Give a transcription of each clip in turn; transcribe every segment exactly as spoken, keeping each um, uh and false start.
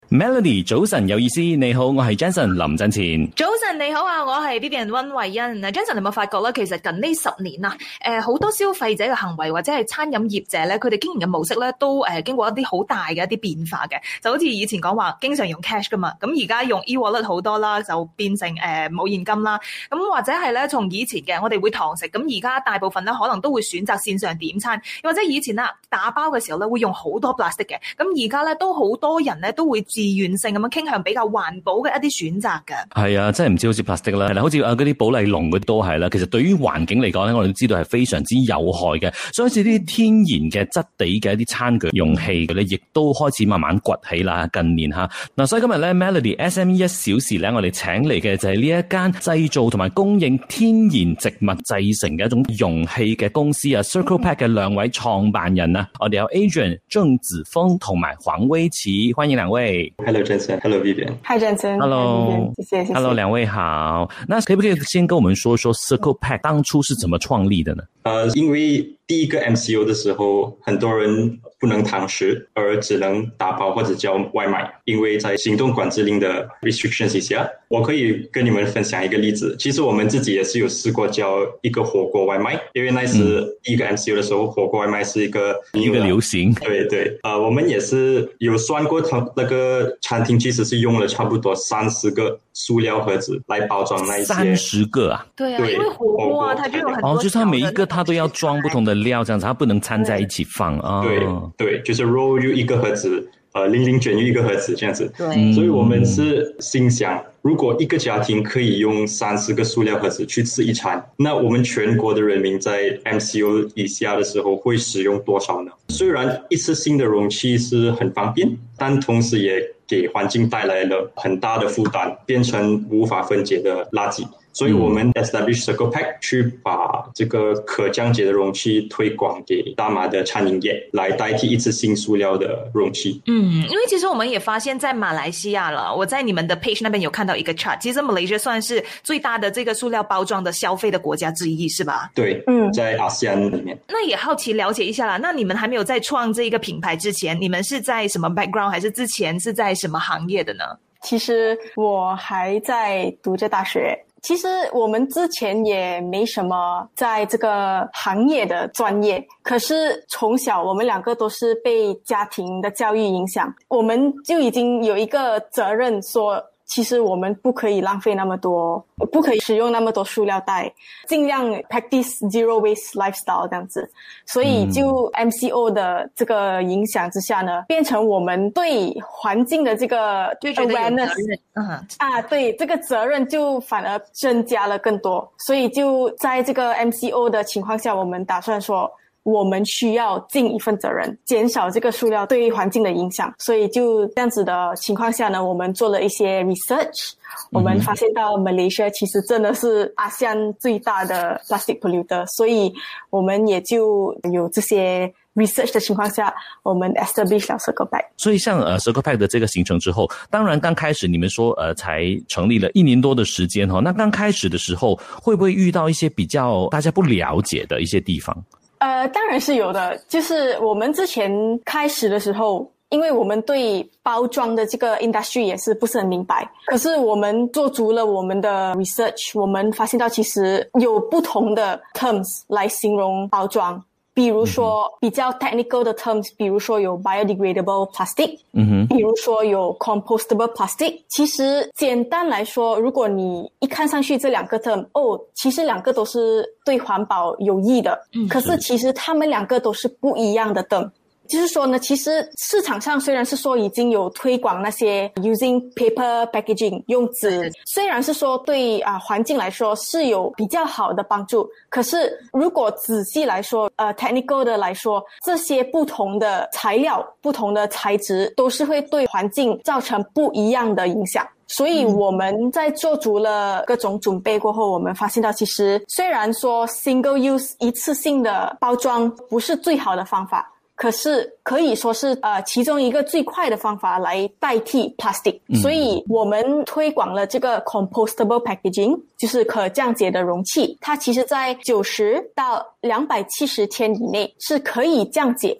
Melody 早晨有意思，你好，我係 Jensen 林振前。 早晨你好啊，我係 Vivian 溫慧欣。Jensen 你有冇發覺咧？其實近呢十年啊，誒、呃、好多消費者嘅行為或者係餐飲業者咧，佢哋經營嘅模式咧都誒、呃、經過一啲好大嘅一啲變化嘅。就好似以前講話經常用 cash 噶嘛，咁而家用 e-wallet 好多啦，就變成誒冇、呃、現金啦。咁或者係咧從以前嘅我哋會堂食，咁而家大部分咧可能都會選擇線上點餐，又或者以前啊打包嘅時候咧會用好多 plastic 嘅，咁而家咧都好多人咧都會自願性咁樣傾向比較環保嘅一啲選擇嘅。係啊，真係唔知好似 plastic 啦，係啦，好似啊嗰啲保麗龍嗰啲都係啦。其實對於環境嚟講咧，我哋都知道係非常之有害嘅。所以好似啲天然嘅質地嘅一啲餐具容器嘅咧，亦都開始慢慢崛起啦。近年吓嗱，所以今日咧 Melody S M E 一小時咧，我哋請嚟嘅就係呢一間製造同埋供應天然植物製成嘅一種容器嘅公司啊 ，Circle Pack 嘅兩位創辦人啊，我哋有 Adrian 鄭子峰同埋黃威琪，歡迎兩位。 Hello Jensen，Hello Vivian。Hi Jensen。Hello， 謝謝謝謝。 Hello， 兩位好。那可不可以先跟我們說說 Circle Pack 當初是怎麼創立的呢？ 呃，因為第一個 M C O 的時候，很多人不能堂食，而只能打包或者叫外賣。因為在行動管制令的 restrictions 下，我可以跟你們分享一個例子。其實我們自己也是有試過叫一個火鍋外賣，因為那時第一個 M C O 的時候，火鍋外賣是一個一個流行。 對對，呃，我們也是有算過，它那個餐廳其實是用了差不多三十個塑料盒子來包裝那一些。 三十個啊？ 對啊，因為火鍋啊，它就有很多。 哦，就是它每一個它都要裝不同的料，這樣子它不能摻在一起放啊。 對對，就是肉就一個盒子，呃，零零卷又一個盒子，這樣子。 對， 所以我們是心想，如果一個家庭可以用三十個塑料盒子去吃一餐，那我們全國的人民在 M C O 以下的時候會使用多少呢？雖然一次性的容器是很方便，但同時也給環境帶來了很大的負擔，變成無法分解的垃圾。所以我們 establish Circle Pack 去把這個可降解的容器推廣給大馬的餐飲業，來代替一次性塑料的容器。 嗯，因為其實我們也發現在馬來西亞了，我在你們的 page 那邊有看到一個 chart， 其實 Malaysia 算是最大的這個塑料包裝的消費的國家之一，是吧？ 對，嗯，在 A S E A N 裏面。 那也好奇了解一下啦，那你們還沒有在創這一個品牌之前，你們是在什麼 background， 還是之前是在什麼行業的呢？ 其實我還在讀着大學。其實我們之前也沒什麼在這個行業的專業，可是從小我們兩個都是被家庭的教育影響，我們就已經有一個責任說，其實我們不可以浪費那麼多，不可以使用那麼多塑料袋，盡量 practice zero waste lifestyle 這樣子。所以就 M C O 的這個影響之下呢，變成我們對環境的這個 awareness， 啊，對，這個責任就反而增加了更多。所以就在這個 M C O 的情況下，我們打算說，我們需要盡一份責任，減少這個塑料對環境的影響。所以就這樣子的情況下呢，我們做了一些 research，我們發現到 Malaysia 其實真的是 A S E A N 最大的 plastic polluter， 所以我們也就有這些 research 的情況下，我們 establish 了 Circle Pack。 所以像呃 Circle Pack 的這個形成之後，當然剛開始你們說呃才成立了一年多的時間哈，那剛開始的時候會不會遇到一些比較大家不了解的一些地方？ 呃，當然是有的，就是我們之前開始的時候，因為我們對包裝的這個 industry 也是不是很明白，可是我們做足了我們的 research， 我們發現到其實有不同的 terms 來形容包裝，比如說比較 technical 的 terms， 比如說有 biodegradable plastic， 嗯哼，比如說有 compostable plastic。其實簡單來說，如果你一看上去這兩個 term， 哦，其實兩個都是對環保有益的，嗯，可是其實他們兩個都是不一樣的 term。就是說呢，其實市場上雖然是說已經有推廣那些 using paper packaging 用紙，雖然是說對啊環境來說是有比較好的幫助，可是如果仔細來說，呃 technical 的來說，這些不同的材料、不同的材質都是會對環境造成不一樣的影響。所以我們在做足了各種準備過後，我們發現到其實雖然說 single use 一次性的包裝不是最好的方法，可是可以說是呃其中一個最快的方法來代替 plastic，嗯，所以我們推廣了這個 compostable packaging， 就是可降解的容器，它其實在九十到兩百七十天以內是可以降解，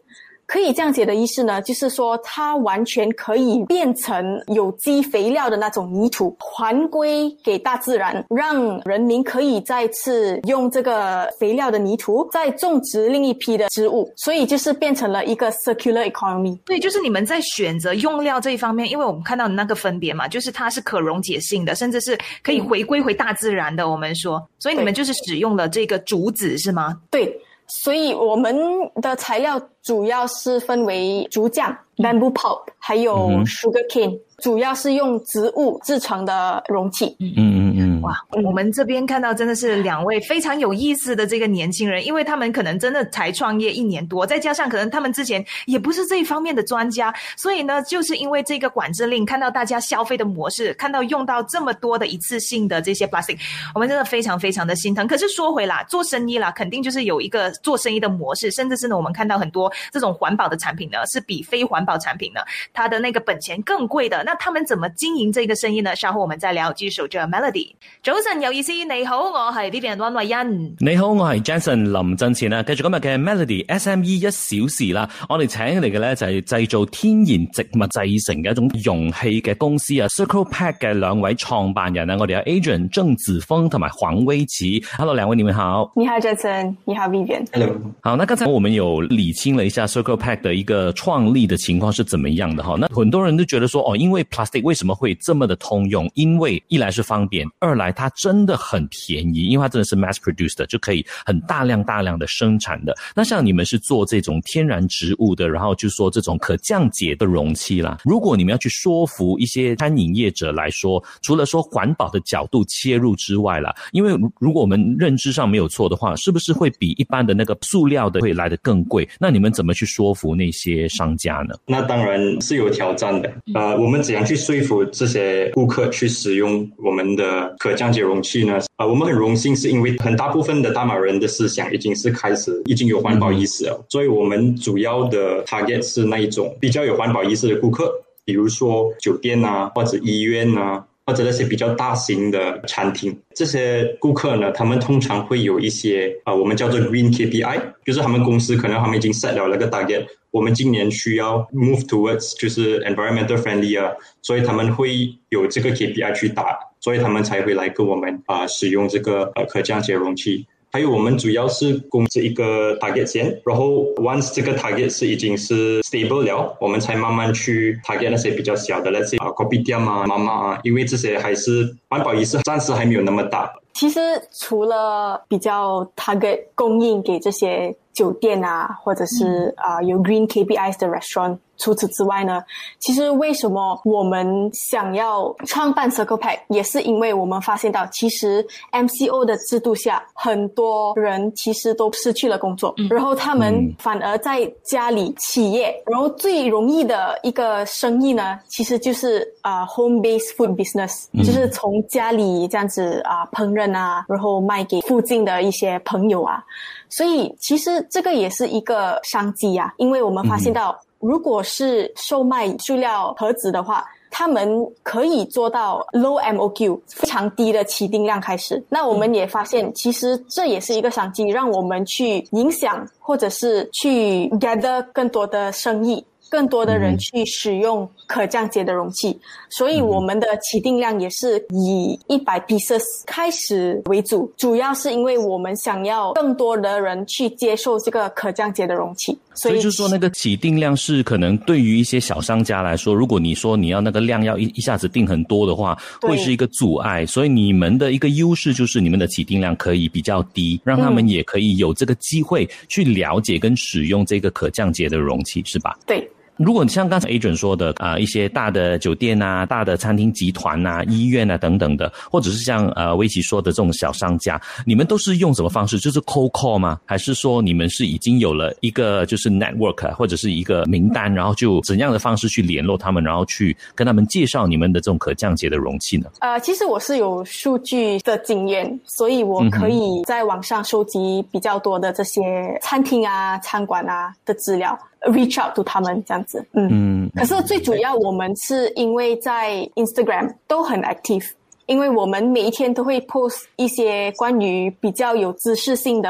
可以降解的意思呢，就是说它完全可以变成有机肥料的那种泥土，还归给大自然，让人民可以再次用这个肥料的泥土再种植另一批的植物，所以就是变成了一个 circular economy。 对，就是你们在选择用料这一方面，因为我们看到的那个分别嘛，就是它是可溶解性的，甚至是可以回归回大自然的，我们说，所以你们就是使用了这个竹子是吗？ 对，所以我们的材料主要是分为竹浆、bamboo pulp 还有 sugar cane，主要是用植物制成的容器。 嗯嗯嗯， 哇，我们这边看到真的是两位非常有意思的这个年轻人，因为他们可能真的才创业一年多，再加上可能他们之前也不是这一方面的专家，所以呢，就是因为这个管制令，看到大家消费的模式，看到用到这么多的一次性的这些 plastic， 我们真的非常非常的心疼。可是说回来，做生意啦，肯定就是有一个做生意的模式，甚至是呢，我们看到很多这种环保的产品呢，是比非环保产品呢，它的那个本钱更贵的。那他们怎么經營這個生意呢？稍後我們再聊。繼續守着 Melody。早晨有意思，你好，我係 Vivian 溫慧欣。 你好，我係 Jensen 林振前啊。繼續今日嘅 Melody S M E 一小時啦，我哋請嚟嘅咧就係製造天然植物製成嘅一種容器嘅公司啊 Circle Pack 嘅兩位創辦人啊，我哋有 Adrian 鄭子峰同埋黃威琪。Hello， 兩位你們好。 你好 Jensen， 你好 Vivian。Hello。 好，那剛才我們有理清了一下 Circle Pack 的一個創立的情況是怎麼樣的哈？那很多人都覺得說，哦，因為 plastic 為什麼會這麼的通用？因為一來是方便，二來它真的很便宜，因為它真的是 mass produced 的，就可以很大量大量的生產的。那像你們是做這種天然植物的，然後就說這種可降解的容器啦。如果你們要去說服一些餐飲業者來說，除了說環保的角度切入之外啦，因為如果我們認知上沒有錯的話，是不是會比一般的那個塑料的會來得更貴？那你們怎麼去說服那些商家呢？ 那當然是有挑戰的。呃，我們怎樣去說服這些顧客去使用我們的可降解容器呢？呃，我們很榮幸是因為很大部分的大馬人的思想已經是開始已經有環保意識了，嗯，所以我們主要的 target 是那一種比較有環保意識的顧客，比如說酒店啊，或者醫院啊，或者那些比較大型的餐廳，這些顧客呢，他們通常會有一些啊、呃，我們叫做 green K P I， 就是他們公司可能他們已經 set 了那個 target， 我們今年需要 move towards 就是 environmental friendly 啊，所以他們會有這個 K P I 去打，所以他們才會來跟我們啊、呃、使用這個呃可降解容器。還有我們主要是攻這一個 target 線，然後 once 這個 target 是已經是 stable 了，我們才慢慢去 target 那些比較小的那些啊 kopitiam 啊、媽媽啊，因為這些還是環保意識暫時還沒有那麼大。 其實除了比較 target 供應給這些酒店啊，或者是啊、嗯呃、有 green K P Is 的 restaurant， 除此之外呢，其實為什麼我們想要創辦 Circle Pack， 也是因為我們發現到其實 M C O 的制度下，很多人其實都失去了工作，嗯、然後他們反而在家裡企業，然後最容易的一個生意呢，其實就是啊、呃、home-based food business，、嗯、就是從家裡這樣子啊、呃、烹飪啊，然後賣給附近的一些朋友啊，所以其實這個也是一個商機啊，因為我們發現到、嗯、如果是售賣塑料盒子的話，他們可以做到 low M O Q， 非常低的起訂量開始。那我們也發現其實這也是一個商機，讓我們去影響或者是去 gather 更多的生意，更多的人去使用可降解的容器、嗯、所以我們的起訂量也是以一百 pieces 開始為主，主要是因為我們想要更多的人去接受這個可降解的容器，所以， 所以就是說那個起訂量是可能對於一些小商家來說，如果你說你要那個量要一一下子訂很多的話，會是一個阻礙，所以你們的一個優勢就是你們的起訂量可以比較低，讓他們也可以有這個機會去了解跟使用這個可降解的容器，是吧？ 對。 如果像剛才 Adrian 說的啊、呃，一些大的酒店啊、大的餐廳集團啊、醫院啊等等的，或者是像呃威奇說的這種小商家，你們都是用什麼方式？就是 cold call 嗎？還是說你們是已經有了一個就是 network 或者是一個名單，然後就怎樣的方式去聯絡他們，然後去跟他們介紹你們的這種可降解的容器呢？ 呃，其實我是有數據的經驗，所以我可以在網上收集比較多的這些餐廳啊、餐館啊的資料。reach out to 他們這樣子，嗯，嗯，可是最主要我們是因為在 Instagram 都很 active， 因為我們每一天都會 post 一些關於比較有知識性的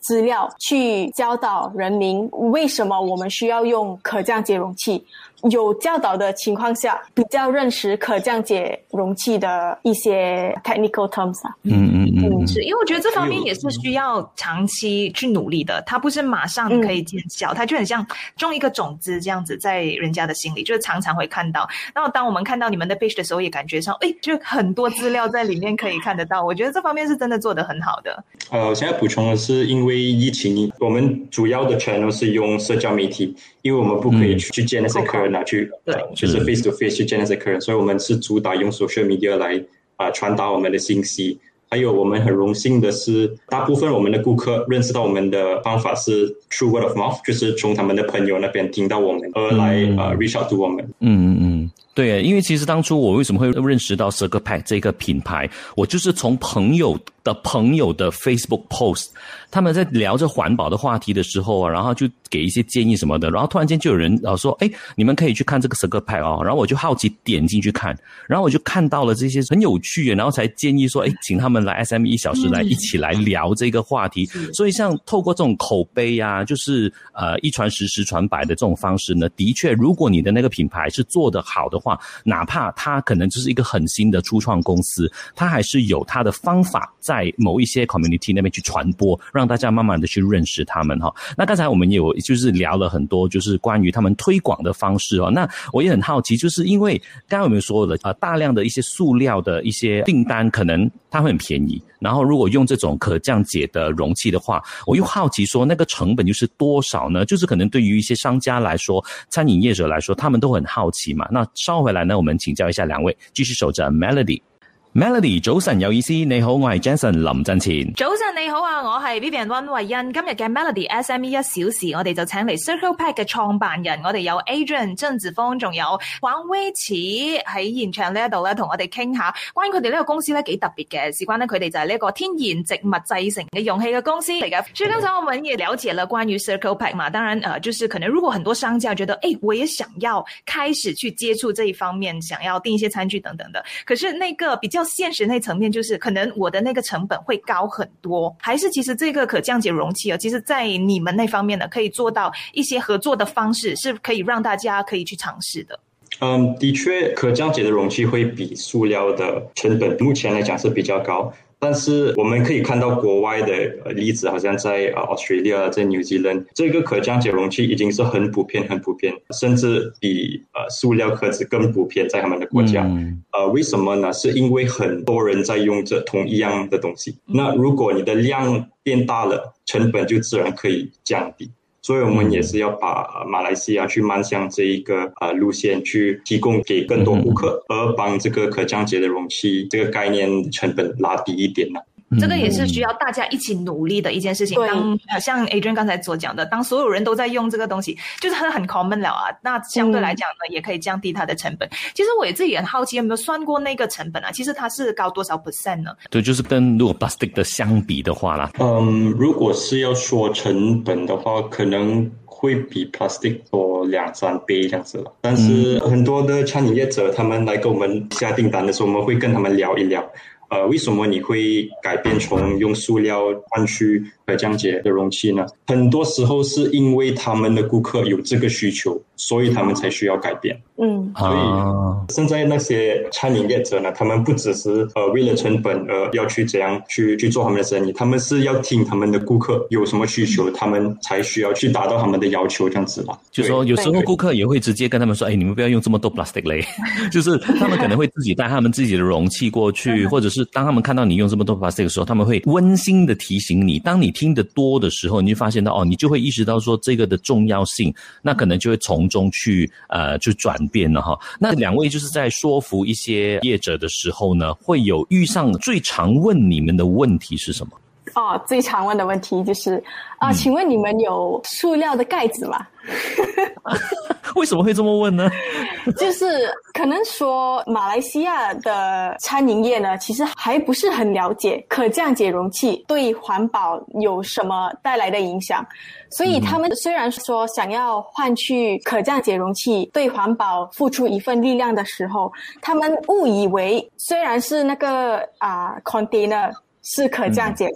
资料去教导人民为什么我们需要用可降解容器。有教导的情况下，比较认识可降解容器的一些 technical terms 啊。 嗯嗯嗯， 是因为我觉得这方面也是需要长期去努力的，它不是马上可以见效，嗯、它就很像种一个种子这样子在人家的心里，就是常常会看到。然后当我们看到你们的 page 的时候，也感觉上，哎，就很多资料在里面可以看得到。我觉得这方面是真的做得很好的。 呃，我现在补充的是，因为疫情，我们主要的 channel 是用社交媒体，因为我们不可以去、嗯、去见那些客人啊，去对、呃，就是 face to face 去见那些客人，所以我们是主打用 social media 来啊、呃、传达我们的信息。还有我们很荣幸的是，大部分我们的顾客认识到我们的方法是 through word of mouth， 就是从他们的朋友那边听到我们，而来、嗯、呃 reach out to 我们。 嗯嗯嗯。对，因为其实当初我为什么会认识到 Circle Pack 这个品牌，我就是从朋友的朋友的 Facebook post， 他们在聊着环保的话题的时候啊，然后就给一些建议什么的，然后突然间就有人呃说，诶，你们可以去看这个 Circle Pack 哦，然后我就好奇点进去看，然后我就看到了这些很有趣，然后才建议说，诶，请他们来 S M E 一小时来一起来聊这个话题。嗯、所以像透过这种口碑啊，就是呃一传十十传百的这种方式呢，的确，如果你的那个品牌是做得好的话，哪怕它可能就是一个很新的初创公司，它还是有它的方法在某一些 community 那边去传播，让大家慢慢的去认识他们哈。那刚才我们也有就是聊了很多，就是关于他们推广的方式哦。那我也很好奇，就是因为刚刚我们说了呃大量的一些塑料的一些订单，可能它会很便宜，然后如果用这种可降解的容器的话，我又好奇说那个成本又是多少呢？就是可能对于一些商家来说，餐饮业者来说，他们都很好奇嘛。那稍回来呢，我们請教一下兩位，繼續守着 Melody。Melody， 早晨有意思，你好，我係 Jason 林振前。 早晨你好啊，我係 Vivian 溫慧欣。今日嘅 Melody S M E 一小時，我哋就請嚟 Circle Pack 嘅創辦人，我哋有 Adrian 鄭子峰，仲有黃威琪喺現場呢一度咧，同我哋傾下關於佢哋呢個公司咧幾特別嘅，事關咧佢哋就係呢一個天然植物製成嘅容器嘅公司嚟嘅。所以剛才我們也了解了關於 Circle Pack 嘛，當然呃，就是可能如果很多商家覺得，誒，我也想要開始去接觸這一方面，想要訂一些餐具等等的，可是那個比較現實那層面就是可能我的那個成本會高很多，還是其實這個可降解容器其實在你們那方面呢可以做到一些合作的方式，是可以讓大家可以去嘗試的。 嗯，的確可降解的容器會比塑料的成本目前來講是比較高，但是我們可以看到國外的例子，好像在 Australia 在 New Zealand 這個可降解容器已經是很普遍很普遍，甚至比呃塑料殼子更普遍在他們的國家。嗯、呃，為什麼呢？是因為很多人在用着同一樣的東西，那如果你的量變大了，成本就自然可以降低。所以我們也是要把馬來西亞去邁向這一個呃路線，去提供給更多顧客，而幫這個可降解的容器這個概念成本拉低一點呢。 這個也是需要大家一起努力的一件事情。當像 Adrian 剛才所講的，當所有人都在用這個東西，就是很很 common 了啊。那相對來講呢，嗯、也可以降低它的成本。其實我也自己很好奇，有沒有算過那個成本啊？其實它是高多少 percent 呢？對，就是跟如果 plastic 的相比的話啦。 嗯，如果是要說成本的話，可能會比 plastic 多兩三倍這樣子了。但是很多的餐飲業者，他們來跟我們下訂單的時候，我們會跟他們聊一聊。呃，為什麼你會改變從用塑料換去可降解的容器呢？很多時候是因為他們的顧客有這個需求，所以他們才需要改變。嗯，所以現在那些餐飲業者呢，他們不只是呃為了成本而要去這樣去去做他們的生意，他們是要聽他們的顧客有什麼需求，他們才需要去達到他們的要求，這樣子吧。 就說有時候顧客也會直接跟他們說，哎，你們不要用這麼多 plastic 嘞，就是他們可能會自己帶他們自己的容器過去，或者是當他們看到你用這麼多 plastic 的時候，他們會溫馨的提醒你。當你聽得多的時候，你就發現到哦，你就會意識到說這個的重要性，那可能就會從中去呃去轉變了哈。那兩位就是在說服一些業者的時候呢，會有遇上最常問你們的問題是什麼？ 哦，最常問的問題就是啊、呃，請問你們有塑料的蓋子嗎？ 為什麼會這麼問呢？ 就是可能說馬來西亞的餐飲業呢，其實還不是很了解可降解容器對環保有什麼帶來的影響，所以他們雖然說想要換去可降解容器對環保付出一份力量的時候，他們誤以為雖然是那個啊、呃、container 是可降解的。嗯，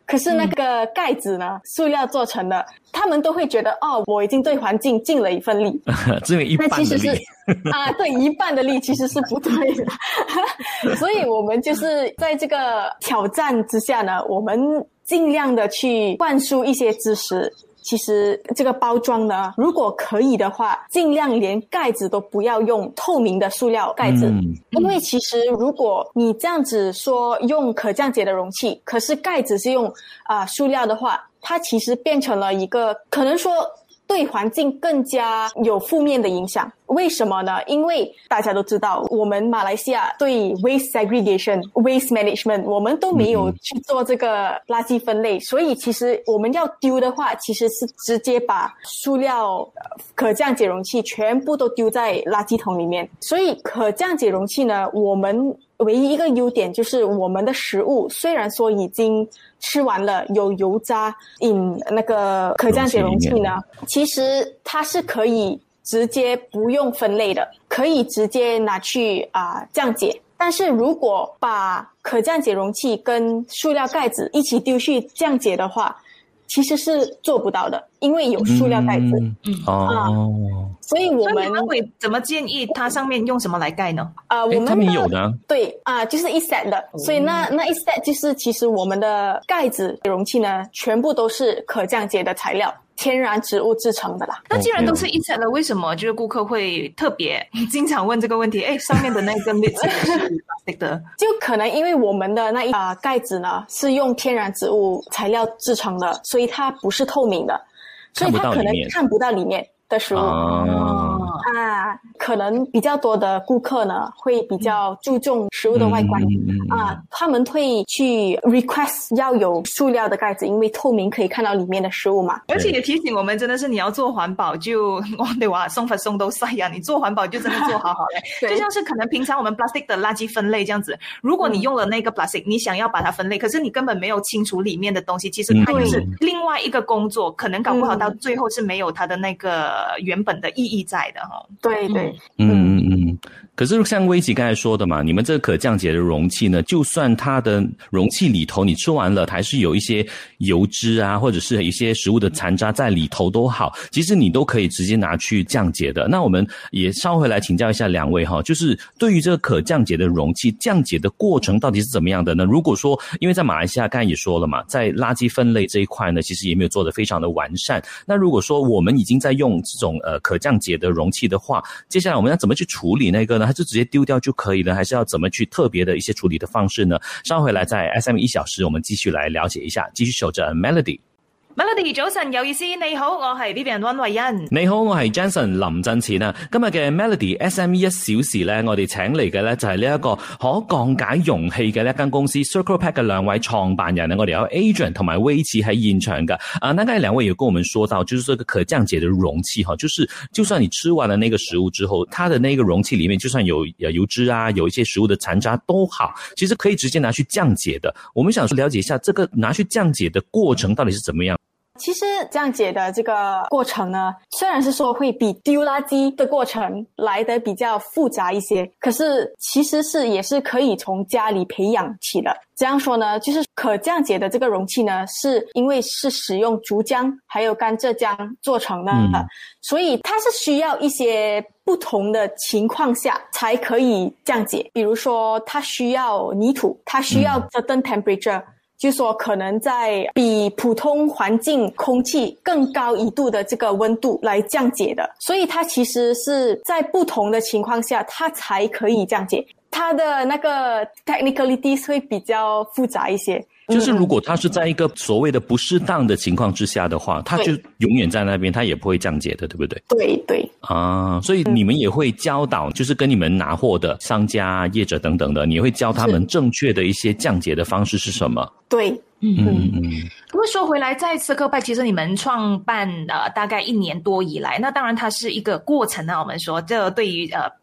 可是那个盖子呢，塑料做成的，他们都会觉得哦，我已经对环境尽了一份力， 只有一半的力。 那其实是啊，对，一半的力其实是不对的。所以我们就是在这个挑战之下呢，我们尽量的去灌输一些知识。其实这个包装呢，如果可以的话，尽量连盖子都不要用透明的塑料盖子。嗯，因为其实如果你这样子说用可降解的容器，可是盖子是用啊、呃、塑料的话，它其实变成了一个可能说对环境更加有负面的影响。为什么呢？因为大家都知道，我们马来西亚对 waste segregation、waste management 我们都没有去做这个垃圾分类，所以其实我们要丢的话，其实是直接把塑料可降解容器全部都丢在垃圾桶里面。所以可降解容器呢，我们唯一一个优点就是我们的食物虽然说已经吃完了有油渣 in 那个可降解容器呢，其实它是可以直接不用分类的，可以直接拿去啊、呃、降解。但是如果把可降解容器跟塑料盖子一起丢去降解的话，其实是做不到的，因为有塑料盖子。 嗯嗯哦、 啊，所以我们所以你们会怎么建议它上面用什么来盖呢？ 呃，我们他们有的对啊、呃，就是一 set 的，嗯、所以那那一 set 就是其实我们的盖子容器呢，全部都是可降解的材料。天然植物制成的啦。 那既然都是一 set 了，为什么就是顾客会特别经常问这个问题？哎，上面的那个 lid 是 plastic 的， 就可能因为我们的那一啊、呃、盖子呢是用天然植物材料制成的，所以它不是透明的，所以它可能看不到里面的食物。 哦啊，可能比较多的顾客呢会比较注重食物的外观、嗯、啊，他们会去 request 要有塑料的盖子，因为透明可以看到里面的食物嘛。 而且也提醒我们，真的是你要做環保就我哋話送佛送到西啊，你做環保就真的做好好嘞。就像是可能平常我們 plastic 的垃圾分類這樣子，如果你用了那個 plastic、嗯、你想要把它分類，可是你根本沒有清楚裡面的東西，其實它就是另外一個工作、嗯、可能搞不好到最後是沒有它的那個原本的意義在的。 对对， 嗯嗯嗯。可是像威奇刚才说的嘛，你们这个可降解的容器呢，就算它的容器里头你吃完了还是有一些油脂啊，或者是一些食物的残渣在里头都好，其实你都可以直接拿去降解的。那我们也稍回来请教一下两位哈，就是对于这个可降解的容器，降解的过程到底是怎么样的呢？如果说因为在马来西亚刚才也说了嘛，在垃圾分类这一块呢，其实也没有做得非常的完善。那如果说我们已经在用这种呃可降解的容器的话，接下来我们要怎么去处理那个呢？它就直接丢掉就可以了，还是要怎么去特别的一些处理的方式呢？稍回来在 S M E 一小時，我們繼續來了解一下，繼續守着 Melody。Melody 早晨有意思，你好，我係 Vivian 溫慧欣。 你好，我係 Jensen 林振前啊。今日嘅 Melody S M E 一小時咧，我哋請嚟嘅咧就係呢一個可降解容器嘅一間公司 Circle Pack 嘅兩位創辦人，我哋有 Adrian 同埋威奇喺現場嘅。啊，那剛才兩位有跟我們說到，就是這個可降解的容器哈，就是就算你吃完了那個食物之後，它的那個容器裡面就算有油脂啊，有一些食物的殘渣都好，其實可以直接拿去降解的。我們想說了解一下，這個拿去降解的過程到底是怎麼樣？ 其實降解的這個過程呢，雖然是說會比丟垃圾的過程來得比較複雜一些，可是其實是也是可以從家裡培養起的。這樣說呢，就是可降解的這個容器呢，是因為是使用竹漿還有甘蔗漿做成的、嗯、所以它是需要一些不同的情況下才可以降解。比如說它需要泥土，它需要 certain temperature、嗯就是說可能在比普通環境空氣更高一度的這個溫度來降解的，所以它其實是在不同的情況下它才可以降解，它的那個 technicalities 會比較複雜一些。 就是如果它是在一個所謂的不適當的情況之下的話，它就永遠在那邊，它也不會降解的，對不對？ 對對啊，所以你們也會教導，就是跟你們拿貨的商家、業者等等的，你會教他們正確的一些降解的方式是什麼？ 對， 嗯嗯嗯。不過說回來，在 Circle Pack 其實你們創辦呃大概一年多以來，那當然它是一個過程啊。我們說，這對於呃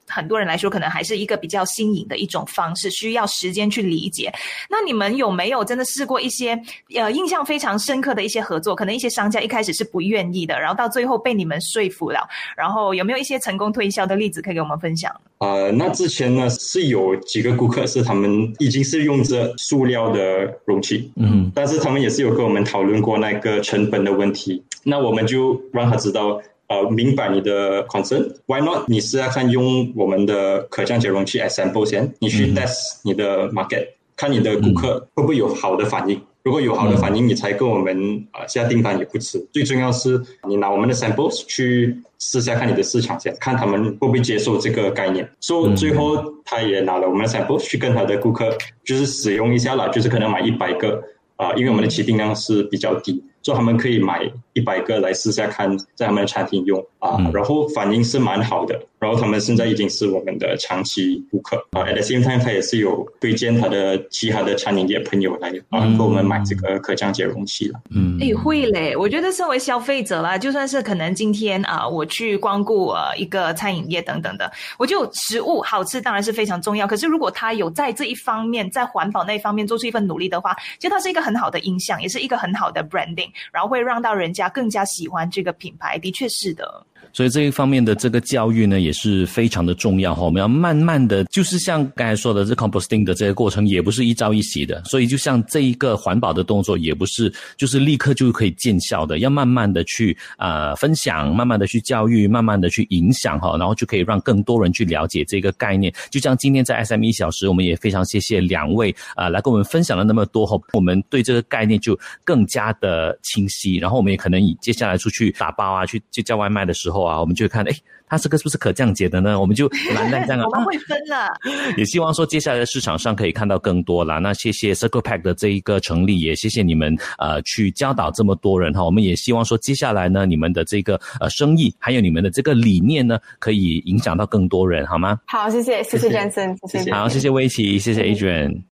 很多人来说可能还是一个比较新颖的一种方式，需要时间去理解。那你们有没有真的试过一些呃印象非常深刻的一些合作，可能一些商家一开始是不愿意的，然后到最后被你们说服了，然后有没有一些成功推销的例子可以给我们分享？ 呃，那之前呢是有几个顾客是他们已经是用着塑料的容器，嗯，但是他们也是有跟我们讨论过那个成本的问题，那我们就让他知道呃，明白你的 concern。Why not？ 你试下看用我们的可降解容器 as sample 先，你去 test 你的 market，、嗯、看你的顾客会不会有好的反应。如果有好的反应，你才跟我们呃下订单也不迟。最重要是你拿我们的 samples 去试下看你的市场先，看他们会不会接受这个概念。所以最后他也拿了我们的 samples 去跟他的顾客就是使用一下啦，就是可能买一百个啊、呃，因为我们的起订量是比较低。所以他们可以买一百个来试下看，在他们的产品用啊、嗯，然后反应是蛮好的。然后他们现在已经是我们的长期顾客啊。At the same time， 他也是有推荐他的其他的餐饮业朋友来啊，跟我们买这个可降解容器了。 嗯，诶，会嘞。我觉得身为消费者啦，就算是可能今天啊，我去光顾呃一个餐饮业等等的，我就食物好吃当然是非常重要。可是如果他有在这一方面，在环保那一方面做出一份努力的话，其实它是一个很好的影响，也是一个很好的 branding。然后会让到人家更加喜欢这个品牌，的确是的。 所以这一方面的这个教育呢，也是非常的重要哈。我们要慢慢的，就是像刚才说的，这 composting 的这个过程也不是一朝一夕的，所以就像这一个环保的动作，也不是就是立刻就可以见效的，要慢慢的去呃分享，慢慢的去教育，慢慢的去影响哈，然后就可以让更多人去了解这个概念。就像今天在 S M E 一小时，我们也非常谢谢两位啊、呃、来跟我们分享了那么多哈，我们对这个概念就更加的清晰，然后我们也可能以接下来出去打包啊，去去叫外卖的时候啊，我们就会看，诶，它这个是不是可降解的呢？我们就懒懒这样啊， 我们会分了。 也希望说接下来的市场上可以看到更多啦。那谢谢 Circle Pack 的这一个成立，也谢谢你们呃去教导这么多人哈。我们也希望说接下来呢，你们的这个呃生意还有你们的这个理念呢，可以影响到更多人，好吗？ 好，谢谢，谢谢 Jensen， 谢谢。 好，谢谢威奇，谢谢 Adrian。